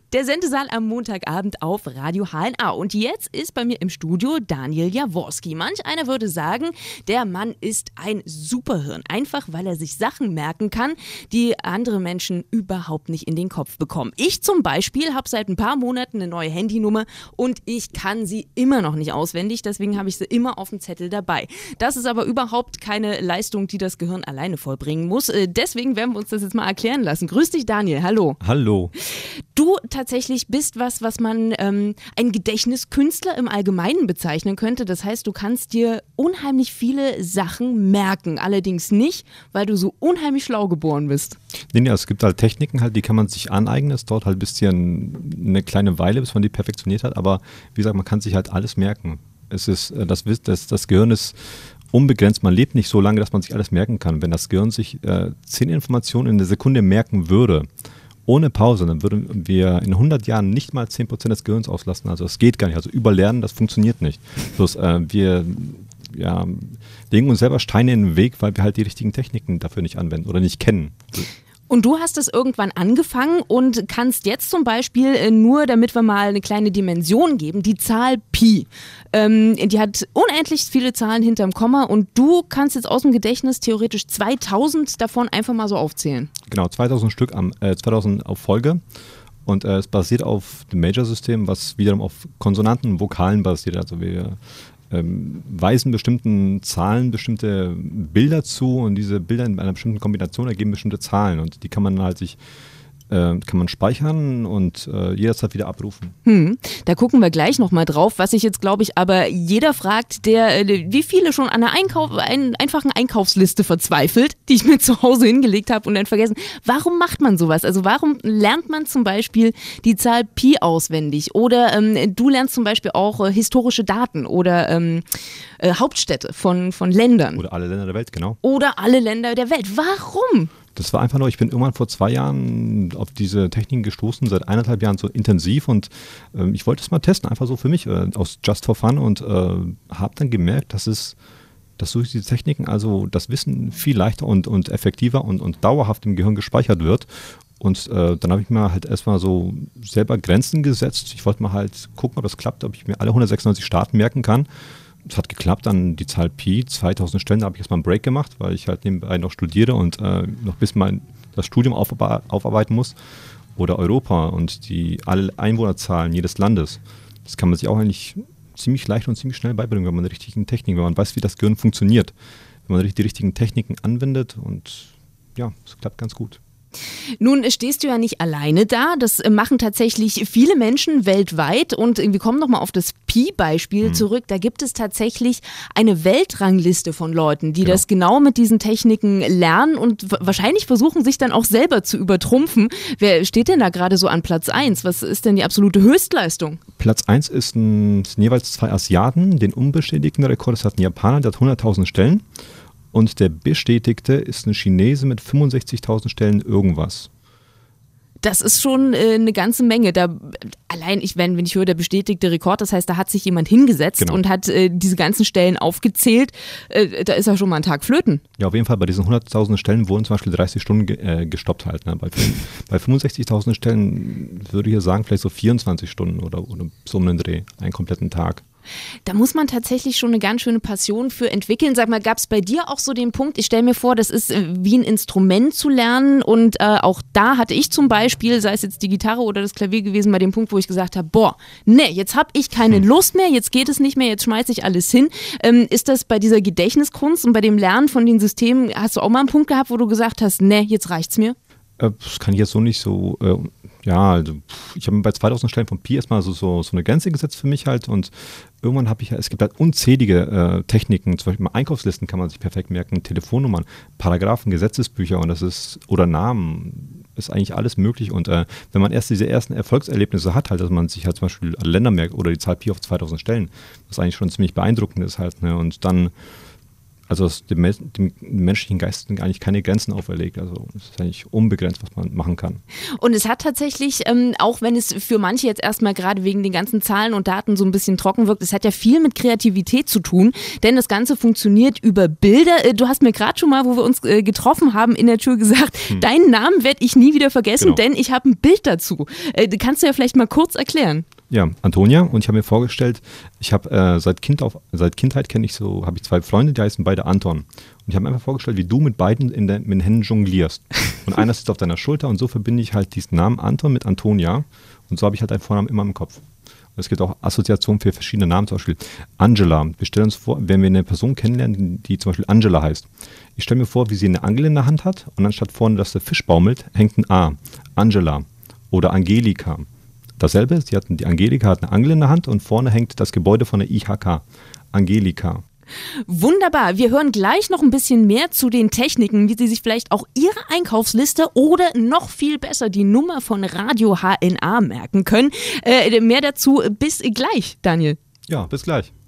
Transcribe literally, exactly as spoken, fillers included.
Der Sendesaal am Montagabend auf Radio H N A. Und jetzt ist bei mir im Studio Daniel Jaworski. Manch einer würde sagen, der Mann ist ein Superhirn. Einfach, weil er sich Sachen merken kann, die andere Menschen überhaupt nicht in den Kopf bekommen. Ich zum Beispiel habe seit ein paar Monaten eine neue Handynummer und ich kann sie immer noch nicht auswendig. Deswegen habe ich sie immer auf dem Zettel dabei. Das ist aber überhaupt keine Leistung, die das Gehirn alleine vollbringen muss. Deswegen werden wir uns das jetzt mal erklären lassen. Grüß dich, Daniel. Hallo. Hallo. Du tatsächlich bist was, was man ähm, ein Gedächtniskünstler im Allgemeinen bezeichnen könnte. Das heißt, du kannst dir unheimlich viele Sachen merken. Allerdings nicht, weil du so unheimlich schlau geboren bist. Nee, nee, es gibt halt Techniken, halt, die kann man sich aneignen. Es dauert halt ein bisschen eine kleine Weile, bis man die perfektioniert hat. Aber wie gesagt, man kann sich halt alles merken. Es ist, das, das, das Gehirn ist unbegrenzt. Man lebt nicht so lange, dass man sich alles merken kann. Wenn das Gehirn sich äh, zehn Informationen in der Sekunde merken würde, ohne Pause, dann würden wir in hundert Jahren nicht mal zehn Prozent des Gehirns auslassen. Also das geht gar nicht. Also überlernen, das funktioniert nicht. Bloß äh, wir ja, legen uns selber Steine in den Weg, weil wir halt die richtigen Techniken dafür nicht anwenden oder nicht kennen. Und du hast es irgendwann angefangen und kannst jetzt zum Beispiel äh, nur, damit wir mal eine kleine Dimension geben, die Zahl Pi. Ähm, die hat unendlich viele Zahlen hinterm Komma und du kannst jetzt aus dem Gedächtnis theoretisch zweitausend davon einfach mal so aufzählen. Genau, zweitausend Stück, am, äh, zweitausend auf Folge. Und äh, es basiert auf dem Major-System, was wiederum auf Konsonanten und Vokalen basiert. Also wir ähm, weisen bestimmten Zahlen bestimmte Bilder zu und diese Bilder in einer bestimmten Kombination ergeben bestimmte Zahlen und die kann man halt sich äh, kann man speichern und äh, jederzeit wieder abrufen. Hm, da gucken wir gleich nochmal drauf, was sich jetzt, glaube ich, aber jeder fragt, der, äh, wie viele schon an einer Einkauf, ein, einfachen Einkaufsliste verzweifelt, die ich mir zu Hause hingelegt habe und dann vergessen. Warum macht man sowas? Also warum lernt man zum Beispiel die Zahl Pi auswendig? Oder ähm, du lernst zum Beispiel auch äh, historische Daten oder ähm, äh, Hauptstädte von, von Ländern. Oder alle Länder der Welt, genau. Oder alle Länder der Welt. Warum? Das war einfach nur, ich bin irgendwann vor zwei Jahren auf diese Techniken gestoßen, seit eineinhalb Jahren so intensiv und äh, ich wollte es mal testen, einfach so für mich, äh, aus Just for Fun und äh, habe dann gemerkt, dass es, dass durch diese Techniken also das Wissen viel leichter und, und effektiver und, und dauerhaft im Gehirn gespeichert wird. Und äh, dann habe ich mir halt erstmal so selber Grenzen gesetzt. Ich wollte mal halt gucken, ob das klappt, ob ich mir alle hundertsechsundneunzig Staaten merken kann. Es hat geklappt, dann die Zahl Pi, zweitausend Stellen, da habe ich erstmal einen Break gemacht, weil ich halt nebenbei noch studiere und äh, noch bis mein das Studium aufarbe- aufarbeiten muss. Oder Europa und die alle Einwohnerzahlen jedes Landes. Das kann man sich auch eigentlich ziemlich leicht und ziemlich schnell beibringen, wenn man die richtigen Techniken, wenn man weiß, wie das Gehirn funktioniert. Wenn man die richtigen Techniken anwendet und ja, es klappt ganz gut. Nun stehst du ja nicht alleine da, das machen tatsächlich viele Menschen weltweit und wir kommen nochmal auf das Pi-Beispiel mhm. zurück, da gibt es tatsächlich eine Weltrangliste von Leuten, die genau. das genau mit diesen Techniken lernen und w- wahrscheinlich versuchen sich dann auch selber zu übertrumpfen. Wer steht denn da gerade so an Platz eins? Was ist denn die absolute Höchstleistung? Platz eins ist ein, sind jeweils zwei Asiaten, den unbestätigten Rekord, das hat ein Japaner, der hat hunderttausend Stellen. Und der bestätigte ist ein Chinese mit fünfundsechzigtausend Stellen irgendwas. Das ist schon äh, eine ganze Menge. Da, allein, ich, wenn, wenn ich höre, der bestätigte Rekord, das heißt, da hat sich jemand hingesetzt genau. und hat äh, diese ganzen Stellen aufgezählt. Äh, da ist ja schon mal ein Tag flöten. Ja, auf jeden Fall. Bei diesen hunderttausend Stellen wurden zum Beispiel dreißig Stunden ge- äh, gestoppt halt. Ne? Bei, bei fünfundsechzigtausend Stellen würde ich ja sagen, vielleicht so vierundzwanzig Stunden oder, oder so um den Dreh, einen kompletten Tag. Da muss man tatsächlich schon eine ganz schöne Passion für entwickeln. Sag mal, gab es bei dir auch so den Punkt, ich stelle mir vor, das ist wie ein Instrument zu lernen und äh, auch da hatte ich zum Beispiel, sei es jetzt die Gitarre oder das Klavier gewesen, bei dem Punkt, wo ich gesagt habe, boah, nee, jetzt habe ich keine Lust mehr, jetzt geht es nicht mehr, jetzt schmeiße ich alles hin. Ähm, ist das bei dieser Gedächtniskunst und bei dem Lernen von den Systemen, hast du auch mal einen Punkt gehabt, wo du gesagt hast, nee, jetzt reicht's mir? Äh, das kann ich jetzt so nicht so... Äh Ja, also ich habe mir bei zweitausend Stellen von Pi erstmal so, so, so eine Grenze gesetzt für mich halt und irgendwann habe ich, es gibt halt unzählige äh, Techniken, zum Beispiel mal Einkaufslisten kann man sich perfekt merken, Telefonnummern, Paragraphen, Gesetzesbücher und das ist, oder Namen, ist eigentlich alles möglich und äh, wenn man erst diese ersten Erfolgserlebnisse hat, halt, dass man sich halt zum Beispiel alle Länder merkt oder die Zahl Pi auf zweitausend Stellen, was eigentlich schon ziemlich beeindruckend ist halt, ne, und dann Also es dem, dem menschlichen Geist sind eigentlich keine Grenzen auferlegt. Also es ist eigentlich unbegrenzt, was man machen kann. Und es hat tatsächlich, ähm, auch wenn es für manche jetzt erstmal gerade wegen den ganzen Zahlen und Daten so ein bisschen trocken wirkt, es hat ja viel mit Kreativität zu tun, denn das Ganze funktioniert über Bilder. Äh, du hast mir gerade schon mal, wo wir uns äh, getroffen haben, in der Tür gesagt, hm. deinen Namen werde ich nie wieder vergessen, genau. denn ich habe ein Bild dazu. Äh, kannst du ja vielleicht mal kurz erklären? Ja, Antonia, und ich habe mir vorgestellt, ich habe äh, seit, kind auf, seit Kindheit kenne ich so, habe ich zwei Freunde, die heißen beide Anton. Und ich habe mir einfach vorgestellt, wie du mit beiden in der, mit den Händen jonglierst. Und einer sitzt auf deiner Schulter und so verbinde ich halt diesen Namen Anton mit Antonia. Und so habe ich halt einen Vornamen immer im Kopf. Und es gibt auch Assoziationen für verschiedene Namen, zum Beispiel Angela. Wir stellen uns vor, wenn wir eine Person kennenlernen, die zum Beispiel Angela heißt. Ich stelle mir vor, wie sie eine Angel in der Hand hat und anstatt vorne, dass der Fisch baumelt, hängt ein A. Angela oder Angelika. Dasselbe, sie hatten, die Angelika hat eine Angel in der Hand und vorne hängt das Gebäude von der I H K. Angelika. Wunderbar. Wir hören gleich noch ein bisschen mehr zu den Techniken, wie Sie sich vielleicht auch Ihre Einkaufsliste oder noch viel besser die Nummer von Radio H N A merken können. Äh, mehr dazu bis gleich, Daniel. Ja, bis gleich.